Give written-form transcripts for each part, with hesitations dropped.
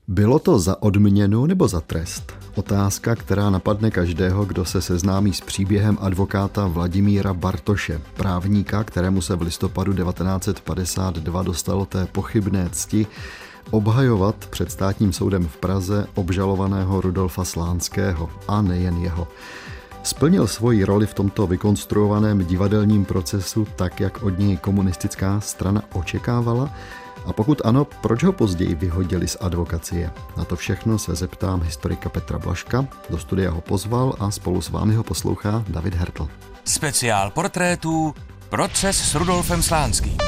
Bylo to za odměnu nebo za trest? Otázka, která napadne každého, kdo se seznámí s příběhem advokáta Vladimíra Bartoše, právníka, kterému se v listopadu 1952 dostalo té pochybné cti obhajovat před státním soudem v Praze obžalovaného Rudolfa Slánského a nejen jeho. Splnil svoji roli v tomto vykonstruovaném divadelním procesu tak, jak od něj komunistická strana očekávala? A pokud ano, proč ho později vyhodili z advokacie? Na to všechno se zeptám historika Petra Blažka. Do studia ho pozval a spolu s vámi ho poslouchá David Hertl. Speciál portrétů Proces s Rudolfem Slánským.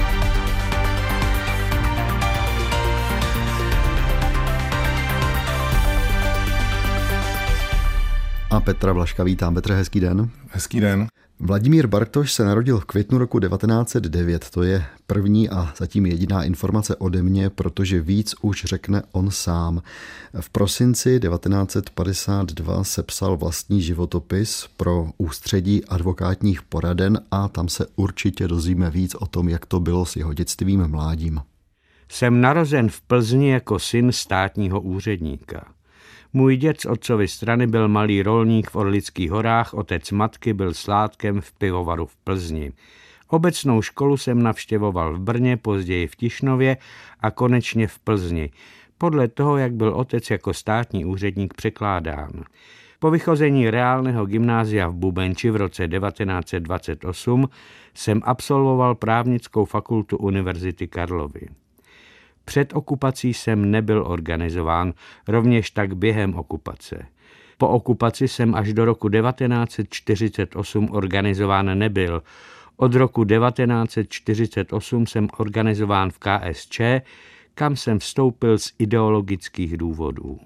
A Petra Blažka vítám. Petře, hezký den. Hezký den. Vladimír Bartoš se narodil v květnu roku 1909. To je první a zatím jediná informace ode mě, protože víc už řekne on sám. V prosinci 1952 sepsal vlastní životopis pro Ústředí advokátních poraden a tam se určitě dozvíme víc o tom, jak to bylo s jeho dětstvím mládím. Jsem narozen v Plzni jako syn státního úředníka. Můj děd z otcovy strany byl malý rolník v Orlických horách, otec matky byl sládkem v pivovaru v Plzni. Obecnou školu jsem navštěvoval v Brně, později v Tišnově a konečně v Plzni, podle toho, jak byl otec jako státní úředník překládán. Po vychození reálného gymnázia v Bubenči v roce 1928 jsem absolvoval právnickou fakultu Univerzity Karlovy. Před okupací jsem nebyl organizován, rovněž tak během okupace. Po okupaci jsem až do roku 1948 organizován nebyl. Od roku 1948 jsem organizován v KSČ, kam jsem vstoupil z ideologických důvodů.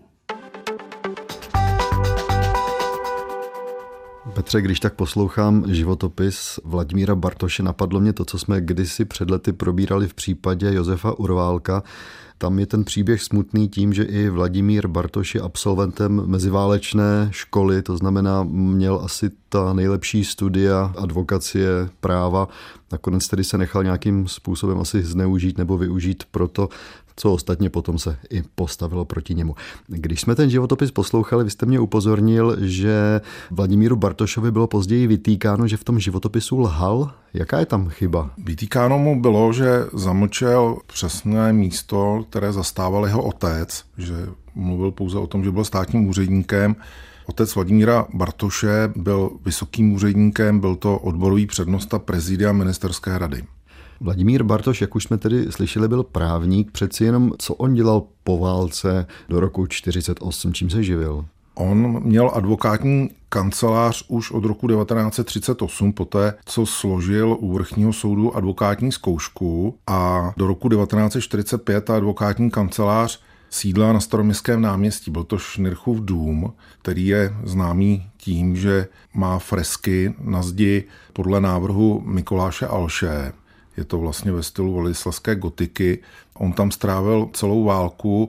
Petře, když tak poslouchám životopis Vladimíra Bartoše, napadlo mě to, co jsme kdysi před lety probírali v případě Josefa Urválka. Tam je ten příběh smutný tím, že i Vladimír Bartoš je absolventem meziválečné školy, to znamená, měl asi ta nejlepší studia advokacie, práva. Nakonec tedy se nechal nějakým způsobem asi zneužít nebo využít proto, co ostatně potom se i postavilo proti němu. Když jsme ten životopis poslouchali, vy jste mě upozornil, že Vladimíru Bartošovi bylo později vytýkáno, že v tom životopisu lhal. Jaká je tam chyba? Vytýkáno mu bylo, že zamlčel přesné místo, které zastával jeho otec, že mluvil pouze o tom, že byl státním úředníkem. Otec Vladimíra Bartoše byl vysokým úředníkem, byl to odborový přednosta prezidia ministerské rady. Vladimír Bartoš, jak už jsme tedy slyšeli, byl právník. Přeci jenom, co on dělal po válce do roku 1948, čím se živil? On měl advokátní kancelář už od roku 1938, poté co složil u vrchního soudu advokátní zkoušku, a do roku 1945 ta advokátní kancelář sídla na Staroměstském náměstí. Byl to Šnirchův dům, který je známý tím, že má fresky na zdi podle návrhu Mikuláše Alše. Je to vlastně ve stylu vladislavské gotiky. On tam strávil celou válku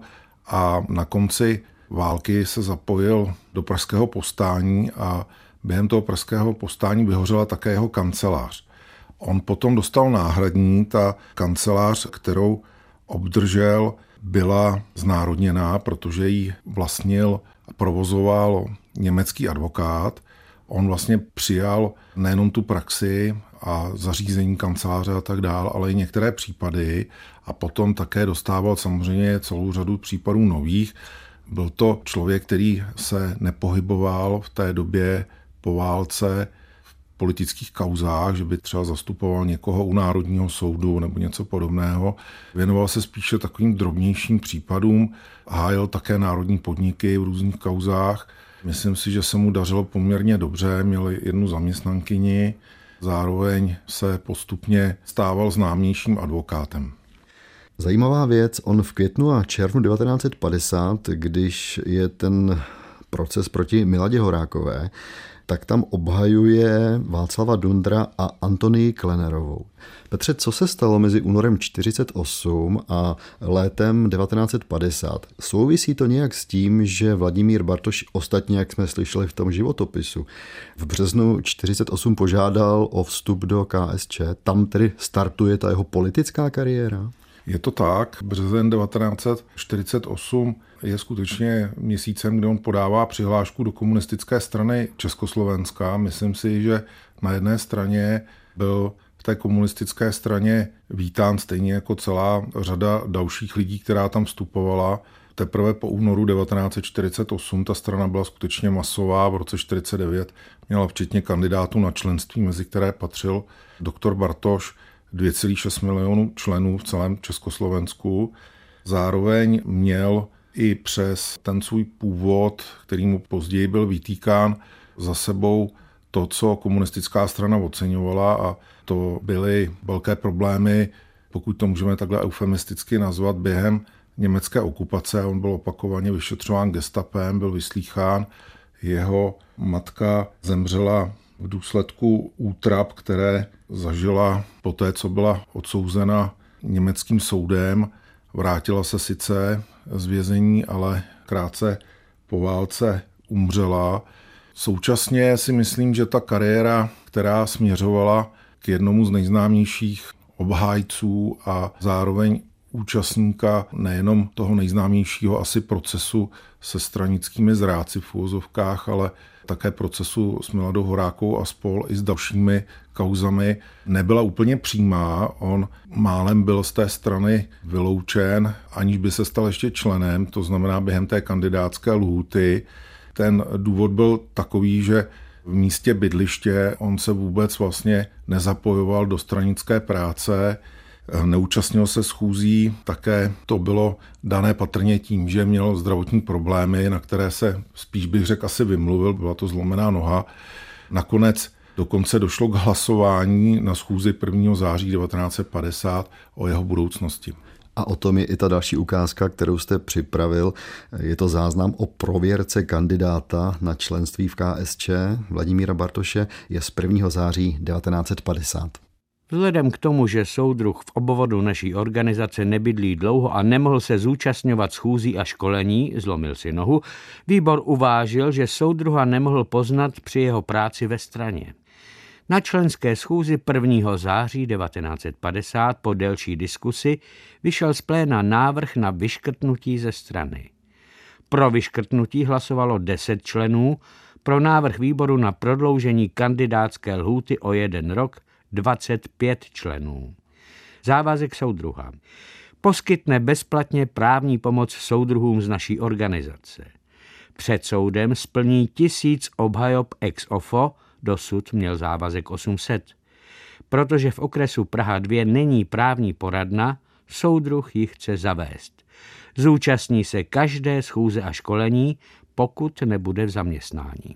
a na konci války se zapojil do pražského povstání a během toho pražského povstání vyhořela také jeho kancelář. On potom dostal náhradní, ta kancelář, kterou obdržel, byla znárodněná, protože ji vlastnil a provozoval německý advokát. On vlastně přijal nejenom tu praxi a zařízení kanceláře a tak dál, ale i některé případy a potom také dostával samozřejmě celou řadu případů nových. Byl to člověk, který se nepohyboval v té době po válce v politických kauzách, že by třeba zastupoval někoho u Národního soudu nebo něco podobného. Věnoval se spíše takovým drobnějším případům, hájil také národní podniky v různých kauzách. Myslím si, že se mu dařilo poměrně dobře, měl jednu zaměstnankyni, zároveň se postupně stával známějším advokátem. Zajímavá věc, on v květnu a červnu 1950, když je ten proces proti Miladě Horákové, tak tam obhajuje Václava Dundra a Antonii Klenerovou. Petře, co se stalo mezi únorem 1948 a létem 1950? Souvisí to nějak s tím, že Vladimír Bartoš, ostatně jak jsme slyšeli v tom životopisu, v březnu 1948 požádal o vstup do KSČ, tam tedy startuje ta jeho politická kariéra? Je to tak. Březen 1948 je skutečně měsícem, kdy on podává přihlášku do komunistické strany Československa. Myslím si, že na jedné straně byl v té komunistické straně vítán stejně jako celá řada dalších lidí, která tam vstupovala. Teprve po únoru 1948 ta strana byla skutečně masová. V roce 1949 měla včetně kandidátů na členství, mezi které patřil doktor Bartoš, 2,6 milionů členů v celém Československu. Zároveň měl i přes ten svůj původ, který mu později byl vytýkán, za sebou to, co komunistická strana oceňovala, a to byly velké problémy, pokud to můžeme takhle eufemisticky nazvat, během německé okupace. On byl opakovaně vyšetřován gestapem, byl vyslýchán. Jeho matka zemřela v důsledku útrap, které zažila poté, co byla odsouzena německým soudem. Vrátila se sice z vězení, ale krátce po válce umřela. Současně si myslím, že ta kariéra, která směřovala k jednomu z nejznámějších obhájců a zároveň účastníka nejenom toho nejznámějšího asi procesu se stranickými zrádci v uvozovkách, ale také procesu s Miladou Horákovou a spol i s dalšími kauzami, nebyla úplně přímá. On málem byl z té strany vyloučen, aniž by se stal ještě členem, to znamená během té kandidátské lhůty. Ten důvod byl takový, že v místě bydliště on se vůbec vlastně nezapojoval do stranické práce, neúčastnil se schůzí, také to bylo dané patrně tím, že měl zdravotní problémy, na které se spíš bych řekl asi vymluvil, byla to zlomená noha. Nakonec dokonce došlo k hlasování na schůzi 1. září 1950 o jeho budoucnosti. A o tom je i ta další ukázka, kterou jste připravil. Je to záznam o prověrce kandidáta na členství v KSČ Vladimíra Bartoše, je z 1. září 1950. Vzhledem k tomu, že soudruh v obvodu naší organizace nebydlí dlouho a nemohl se zúčastňovat schůzí a školení, zlomil si nohu, výbor uvážil, že soudruha nemohl poznat při jeho práci ve straně. Na členské schůzi 1. září 1950 po delší diskusi vyšel z pléna návrh na vyškrtnutí ze strany. Pro vyškrtnutí hlasovalo 10 členů, pro návrh výboru na prodloužení kandidátské lhůty o 1 rok 25 členů. Závazek soudruha. Poskytne bezplatně právní pomoc soudruhům z naší organizace. Před soudem splní 1000 obhajob ex ofo, dosud měl závazek 800. Protože v okresu Praha 2 není právní poradna, soudruh ji chce zavést. Zúčastní se každé schůze a školení, pokud nebude v zaměstnání.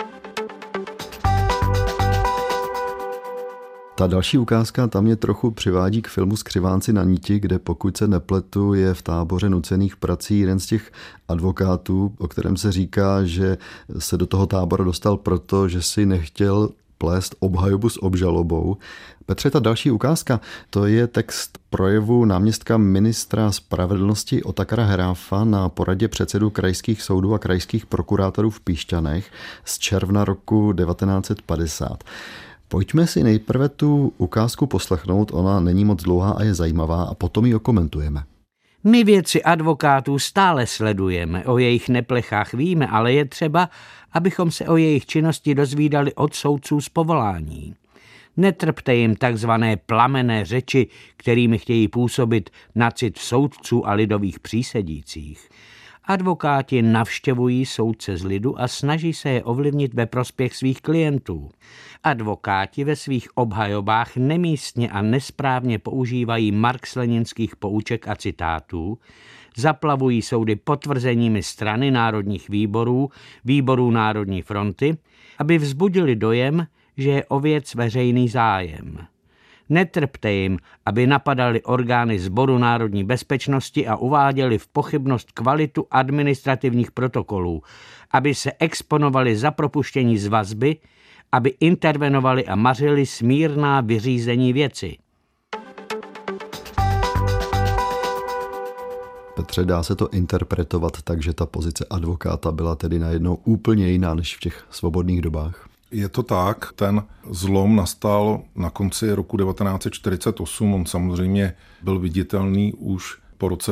Ta další ukázka tam mě trochu přivádí k filmu Skřivánci na níti, kde, pokud se nepletu, je v táboře nucených prací jeden z těch advokátů, o kterém se říká, že se do toho tábora dostal proto, že si nechtěl plést obhajobu s obžalobou. Petře, ta další ukázka, to je text projevu náměstka ministra spravedlnosti Otakara Heráfa na poradě předsedů krajských soudů a krajských prokurátorů v Pišťanech z června roku 1950. Pojďme si nejprve tu ukázku poslechnout, ona není moc dlouhá a je zajímavá a potom ji okomentujeme. My věci advokátů stále sledujeme, o jejich neplechách víme, ale je třeba, abychom se o jejich činnosti dozvídali od soudců z povolání. Netrpte jim takzvané plamenné řeči, kterými chtějí působit na cit soudců a lidových přísedících. Advokáti navštěvují soudce z lidu a snaží se je ovlivnit ve prospěch svých klientů. Advokáti ve svých obhajobách nemístně a nesprávně používají marxleninských pouček a citátů, zaplavují soudy potvrzeními strany národních výborů, výborů Národní fronty, aby vzbudili dojem, že je o věc veřejný zájem. Netrpte jim, aby napadali orgány Sboru národní bezpečnosti a uváděli v pochybnost kvalitu administrativních protokolů, aby se exponovali za propuštění z vazby, aby intervenovali a mařili smírná vyřízení věci. Petře, dá se to interpretovat tak, že ta pozice advokáta byla tedy najednou úplně jiná než v těch svobodných dobách? Je to tak, ten zlom nastal na konci roku 1948, on samozřejmě byl viditelný už po roce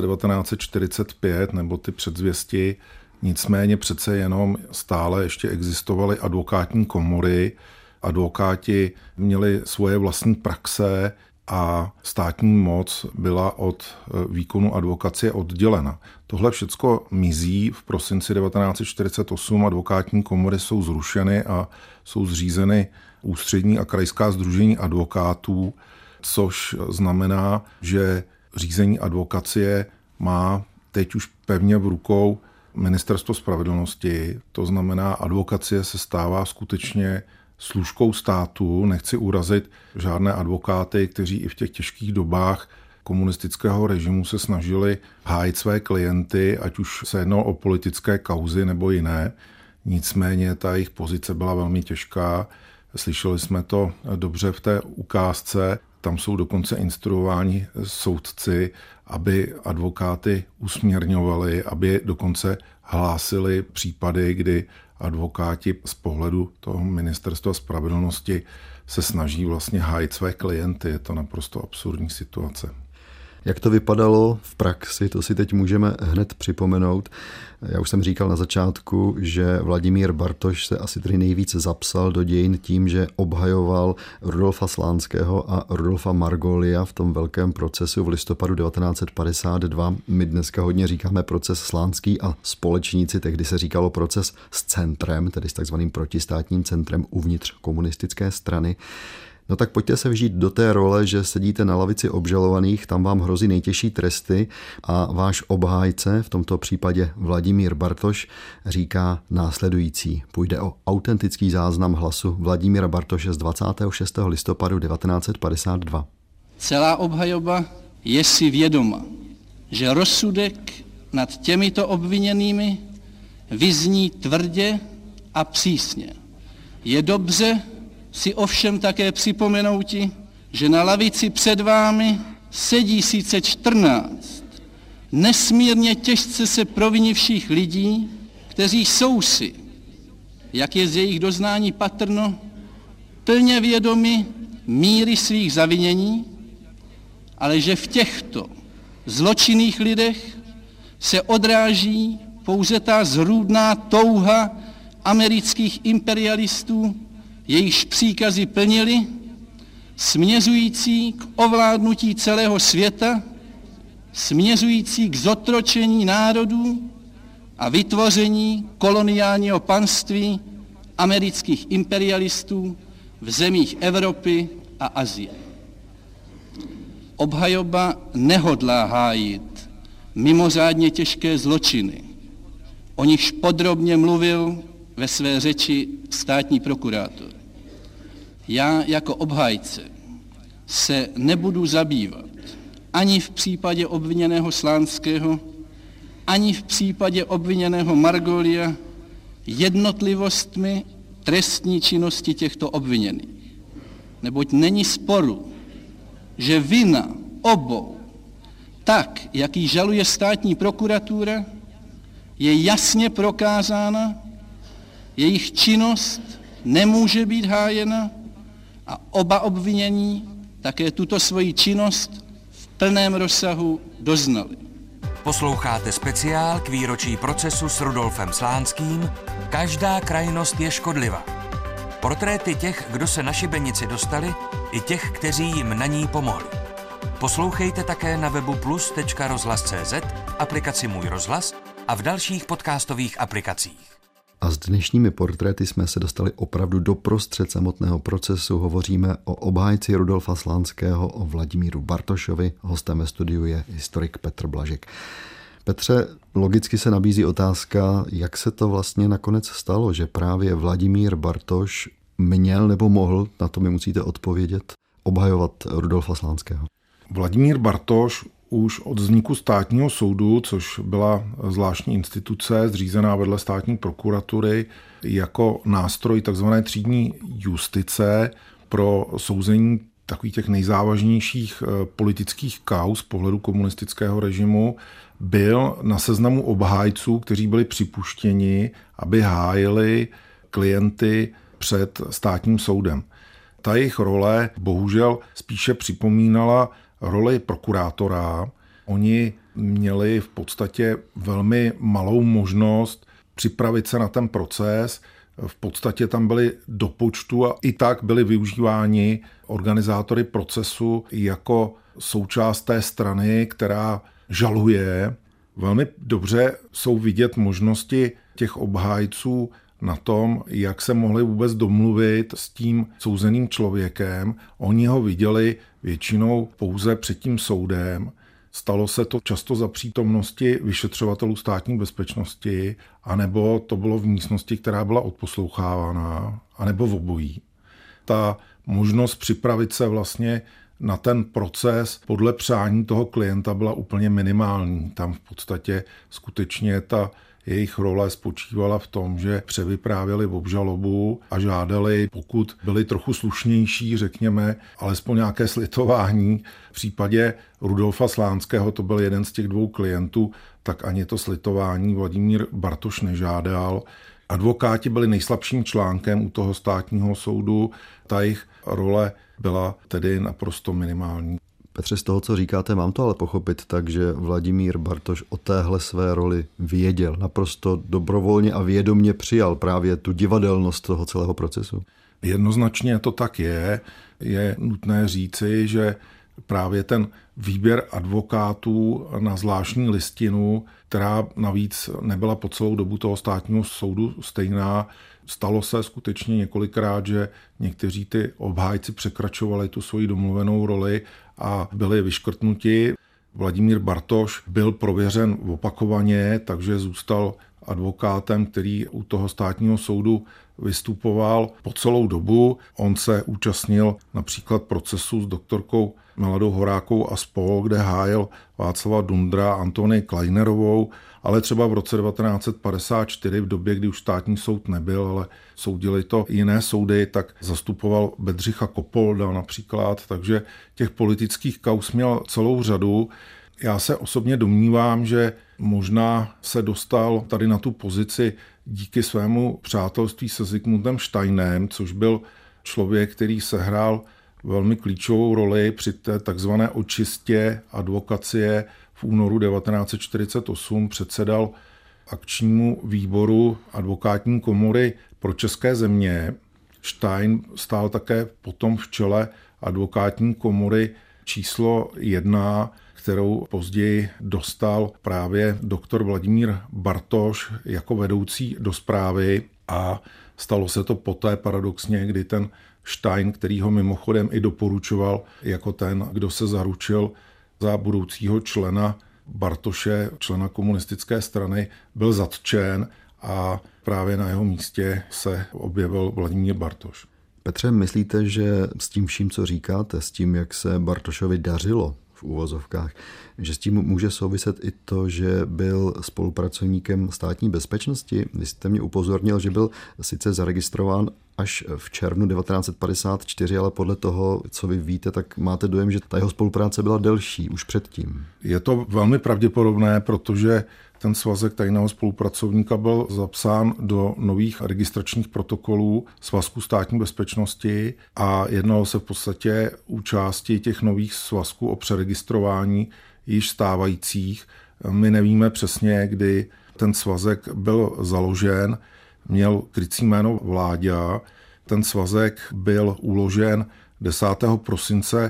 1945, nebo ty předzvěsti, nicméně přece jenom stále ještě existovaly advokátní komory, advokáti měli svoje vlastní praxe a státní moc byla od výkonu advokacie oddělena. Tohle všecko mizí v prosinci 1948, advokátní komory jsou zrušeny a jsou zřízeny ústřední a krajská sdružení advokátů, což znamená, že řízení advokacie má teď už pevně v rukou Ministerstvo spravedlnosti, to znamená, advokacie se stává skutečně služkou státu. Nechci urazit žádné advokáty, kteří i v těch těžkých dobách komunistického režimu se snažili hájit své klienty, ať už se jednalo o politické kauzy nebo jiné. Nicméně ta jejich pozice byla velmi těžká. Slyšeli jsme to dobře v té ukázce. Tam jsou dokonce instruováni soudci, aby advokáty usměrňovali, aby dokonce hlásili případy, kdy advokáti z pohledu toho Ministerstva spravedlnosti se snaží vlastně hájit své klienty. Je to naprosto absurdní situace. Jak to vypadalo v praxi, to si teď můžeme hned připomenout. Já už jsem říkal na začátku, že Vladimír Bartoš se asi tedy nejvíc zapsal do dějin tím, že obhajoval Rudolfa Slánského a Rudolfa Margolia v tom velkém procesu v listopadu 1952. My dneska hodně říkáme proces Slánský a společníci, tehdy se říkalo proces s centrem, tedy s takzvaným protistátním centrem uvnitř komunistické strany. No tak pojďte se vžít do té role, že sedíte na lavici obžalovaných, tam vám hrozí nejtěžší tresty a váš obhájce, v tomto případě Vladimír Bartoš, říká následující. Půjde o autentický záznam hlasu Vladimíra Bartoše z 26. listopadu 1952. Celá obhajoba je si vědoma, že rozsudek nad těmito obviněnými vyzní tvrdě a přísně. Je dobře si ovšem také připomenouti, že na lavici před vámi sedí sice 14 nesmírně těžce se provinivších lidí, kteří jsou si, jak je z jejich doznání patrno, plně vědomi míry svých zavinění, ale že v těchto zločinných lidech se odráží pouze ta zrůdná touha amerických imperialistů, jejichž příkazy plnili, směřující k ovládnutí celého světa, směřující k zotročení národů a vytvoření koloniálního panství amerických imperialistů v zemích Evropy a Asie. Obhajoba nehodlá hájit mimořádně těžké zločiny, o nichž podrobně mluvil ve své řeči státní prokurátor. Já jako obhájce se nebudu zabývat ani v případě obviněného Slánského, ani v případě obviněného Margolia jednotlivostmi trestní činnosti těchto obviněných. Neboť není sporu, že vina obou, tak, jak ji žaluje státní prokuratura, je jasně prokázána, jejich činnost nemůže být hájena a oba obvinění také tuto svoji činnost v plném rozsahu doznali. Posloucháte speciál k výročí procesu s Rudolfem Slánským Každá krajnost je škodlivá. Portréty těch, kdo se na šibenici dostali, i těch, kteří jim na ní pomohli. Poslouchejte také na webu plus.rozhlas.cz, aplikaci Můj rozhlas a v dalších podcastových aplikacích. A s dnešními portréty jsme se dostali opravdu do prostřed samotného procesu. Hovoříme o obhájci Rudolfa Slánského, o Vladimíru Bartošovi. Hostem ve studiu je historik Petr Blažek. Petře, logicky se nabízí otázka, jak se to vlastně nakonec stalo, že právě Vladimír Bartoš měl nebo mohl, na to mi musíte odpovědět, obhajovat Rudolfa Slánského. Vladimír Bartoš už od vzniku státního soudu, což byla zvláštní instituce zřízená vedle státní prokuratury jako nástroj tzv. Třídní justice pro souzení takových těch nejzávažnějších politických kauz z pohledu komunistického režimu, byl na seznamu obhájců, kteří byli připuštěni, aby hájili klienty před státním soudem. Ta jejich role bohužel spíše připomínala roli prokurátora. Oni měli v podstatě velmi malou možnost připravit se na ten proces. V podstatě tam byli do počtu a i tak byli využíváni organizátory procesu jako součást té strany, která žaluje. Velmi dobře jsou vidět možnosti těch obhájců na tom, jak se mohli vůbec domluvit s tím souzeným člověkem. Oni ho viděli většinou pouze před tím soudem. Stalo se to často za přítomnosti vyšetřovatelů státní bezpečnosti, anebo to bylo v místnosti, která byla odposlouchávaná, anebo v obojí. Ta možnost připravit se vlastně na ten proces podle přání toho klienta byla úplně minimální. Tam v podstatě skutečně ta jejich role spočívala v tom, že převyprávěli obžalobu a žádali, pokud byli trochu slušnější, řekněme, alespoň nějaké slitování. V případě Rudolfa Slánského, to byl jeden z těch dvou klientů, tak ani to slitování Vladimír Bartoš nežádal. Advokáti byli nejslabším článkem u toho státního soudu, ta jejich role byla tedy naprosto minimální. Petře, z toho, co říkáte, mám to ale pochopit tak, že Vladimír Bartoš o téhle své roli věděl, naprosto dobrovolně a vědomě přijal právě tu divadelnost toho celého procesu. Jednoznačně to tak je. Je nutné říci, že právě ten výběr advokátů na zvláštní listinu, která navíc nebyla po celou dobu toho státního soudu stejná, stalo se skutečně několikrát, že někteří ty obhájci překračovali tu svoji domluvenou roli a byli vyškrtnuti. Vladimír Bartoš byl prověřen opakovaně, takže zůstal advokátem, který u toho státního soudu vystupoval po celou dobu. On se účastnil například procesu s doktorkou Miladou Horákovou a spol, kde hájil Václava Dundra, Antonii Kleinerovou, ale třeba v roce 1954, v době, kdy už státní soud nebyl, ale soudili to jiné soudy, tak zastupoval Bedřicha Kopolda například, takže těch politických kauz měl celou řadu. Já se osobně domnívám, že možná se dostal tady na tu pozici díky svému přátelství se Zikmundem Steinem, což byl člověk, který sehrál velmi klíčovou roli při té takzvané očistě advokacie. V únoru 1948 předsedal akčnímu výboru advokátní komory pro české země. Stein stál také potom v čele advokátní komory číslo 1, kterou později dostal právě doktor Vladimír Bartoš jako vedoucí do správy a stalo se to poté paradoxně, kdy ten Stein, který ho mimochodem i doporučoval jako ten, kdo se zaručil za budoucího člena Bartoše, člena komunistické strany, byl zatčen a právě na jeho místě se objevil Vladimír Bartoš. Petře, myslíte, že s tím vším, co říkáte, s tím, jak se Bartošovi dařilo v úvozovkách, že s tím může souviset i to, že byl spolupracovníkem státní bezpečnosti? Vy jste mě upozornil, že byl sice zaregistrován až v červnu 1954, ale podle toho, co vy víte, tak máte dojem, že ta jeho spolupráce byla delší už předtím. Je to velmi pravděpodobné, protože ten svazek tajného spolupracovníka byl zapsán do nových registračních protokolů Svazku státní bezpečnosti a jednalo se v podstatě účasti těch nových svazků o přeregistrování již stávajících. My nevíme přesně, kdy ten svazek byl založen, měl krycí jméno Vláďa. Ten svazek byl uložen 10. prosince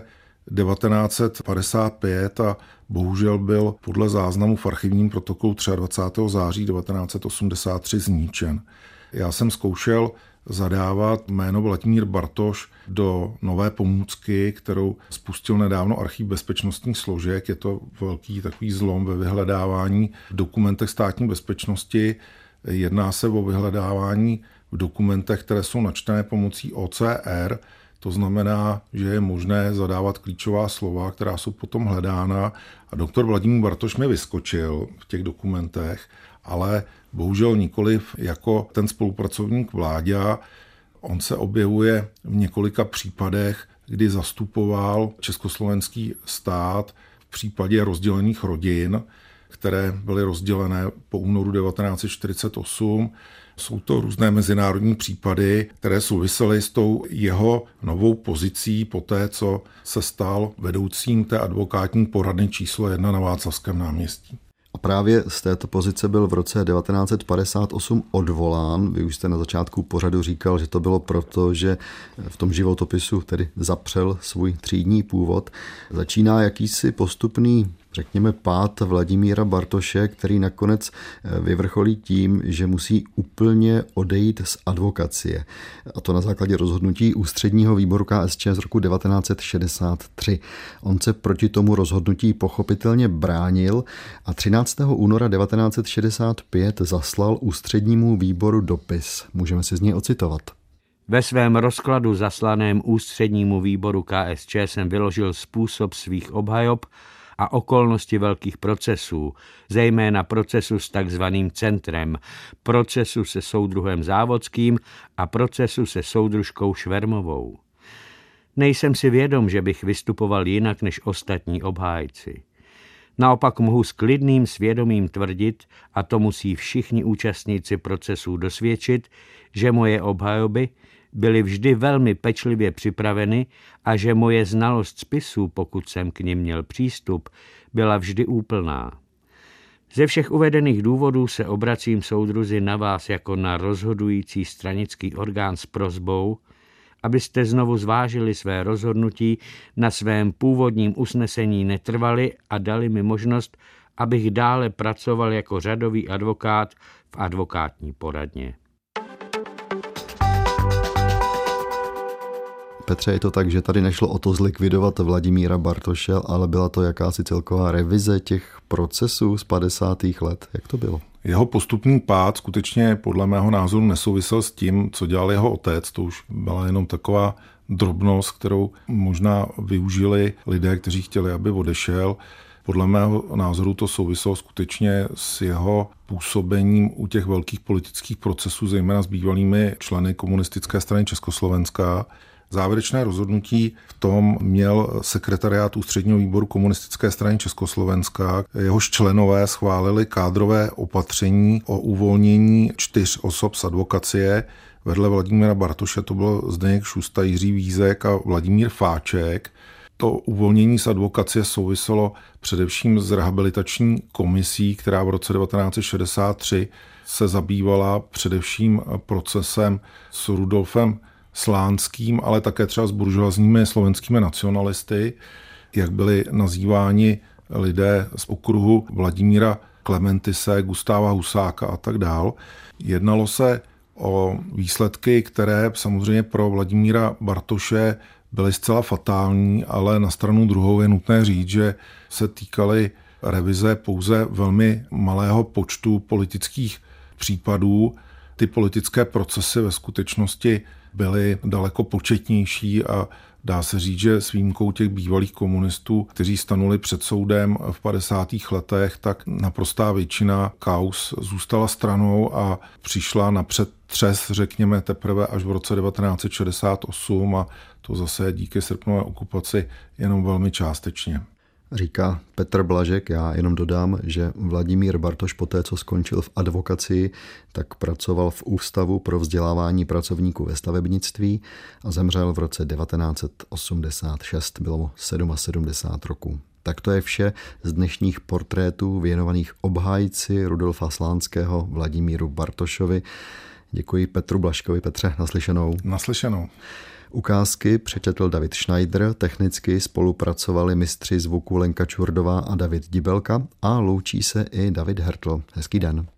1955 a bohužel byl podle záznamu v archivním protokolu 23. září 1983 zničen. Já jsem zkoušel zadávat jméno Vladimír Bartoš do nové pomůcky, kterou spustil nedávno Archiv bezpečnostních složek. Je to velký takový zlom ve vyhledávání v dokumentech státní bezpečnosti. Jedná se o vyhledávání v dokumentech, které jsou načtené pomocí OCR. To znamená, že je možné zadávat klíčová slova, která jsou potom hledána. A doktor Vladimír Bartoš mi vyskočil v těch dokumentech, ale bohužel nikoliv jako ten spolupracovník Vláďa. On se objevuje v několika případech, kdy zastupoval československý stát v případě rozdělených rodin, které byly rozdělené po únoru 1948. Jsou to různé mezinárodní případy, které souvisely s tou jeho novou pozicí po té, co se stal vedoucím té advokátní poradny číslo 1 na Václavském náměstí. A právě z této pozice byl v roce 1958 odvolán. Vy už jste na začátku pořadu říkal, že to bylo proto, že v tom životopisu tedy zapřel svůj třídní původ. Začíná jakýsi postupný, řekněme, pád Vladimíra Bartoše, který nakonec vyvrcholí tím, že musí úplně odejít z advokacie. A to na základě rozhodnutí Ústředního výboru KSČ z roku 1963. On se proti tomu rozhodnutí pochopitelně bránil a 13. února 1965 zaslal Ústřednímu výboru dopis. Můžeme si z něj ocitovat. Ve svém rozkladu zaslaném Ústřednímu výboru KSČ jsem vyložil způsob svých obhajob a okolnosti velkých procesů, zejména procesu s takzvaným centrem, procesu se soudruhem Závodským a procesu se soudružkou Švermovou. Nejsem si vědom, že bych vystupoval jinak než ostatní obhájci. Naopak mohu s klidným svědomím tvrdit, a to musí všichni účastníci procesů dosvědčit, že moje obhajoby byly vždy velmi pečlivě připraveny a že moje znalost spisů, pokud jsem k nim měl přístup, byla vždy úplná. Ze všech uvedených důvodů se obracím, soudruzi, na vás jako na rozhodující stranický orgán s prosbou, abyste znovu zvážili své rozhodnutí, na svém původním usnesení netrvali a dali mi možnost, abych dále pracoval jako řadový advokát v advokátní poradně. Petře, je to tak, že tady nešlo o to zlikvidovat Vladimíra Bartoše, ale byla to jakási celková revize těch procesů z 50. let. Jak to bylo? Jeho postupný pád skutečně podle mého názoru nesouvisel s tím, co dělal jeho otec. To už byla jenom taková drobnost, kterou možná využili lidé, kteří chtěli, aby odešel. Podle mého názoru to souviselo skutečně s jeho působením u těch velkých politických procesů, zejména s bývalými členy Komunistické strany Československa. Závěrečné rozhodnutí v tom měl sekretariát Ústředního výboru Komunistické strany Československa. Jehož členové schválili kádrové opatření o uvolnění 4 osob z advokacie. Vedle Vladimíra Bartoše to byl Zdeněk Šusta, Jiří Vízek a Vladimír Fáček. To uvolnění z advokacie souviselo především s rehabilitační komisí, která v roce 1963 se zabývala především procesem s Rudolfem Slánským, ale také třeba s buržoazními slovenskými nacionalisty, jak byli nazýváni lidé z okruhu Vladimíra Klementise, Gustáva Husáka a tak dál. Jednalo se o výsledky, které samozřejmě pro Vladimíra Bartoše byly zcela fatální, ale na stranu druhou je nutné říct, že se týkaly revize pouze velmi malého počtu politických případů. Ty politické procesy ve skutečnosti byly daleko početnější a dá se říct, že s výjimkou těch bývalých komunistů, kteří stanuli před soudem v 50. letech, tak naprostá většina kauz zůstala stranou a přišla na předtřes, řekněme, teprve až v roce 1968 a to zase díky srpnové okupaci jenom velmi částečně. Říká Petr Blažek. Já jenom dodám, že Vladimír Bartoš poté, co skončil v advokacii, tak pracoval v Ústavu pro vzdělávání pracovníků ve stavebnictví a zemřel v roce 1986. Bylo mu 77 roků. Tak to je vše z dnešních portrétů věnovaných obhájci Rudolfa Slánského Vladimíru Bartošovi. Děkuji Petru Blažkovi. Petře, naslyšenou. Naslyšenou. Ukázky přečetl David Schneider, technicky spolupracovali mistři zvuku Lenka Čurdová a David Dibelka a loučí se i David Hertl. Hezký den.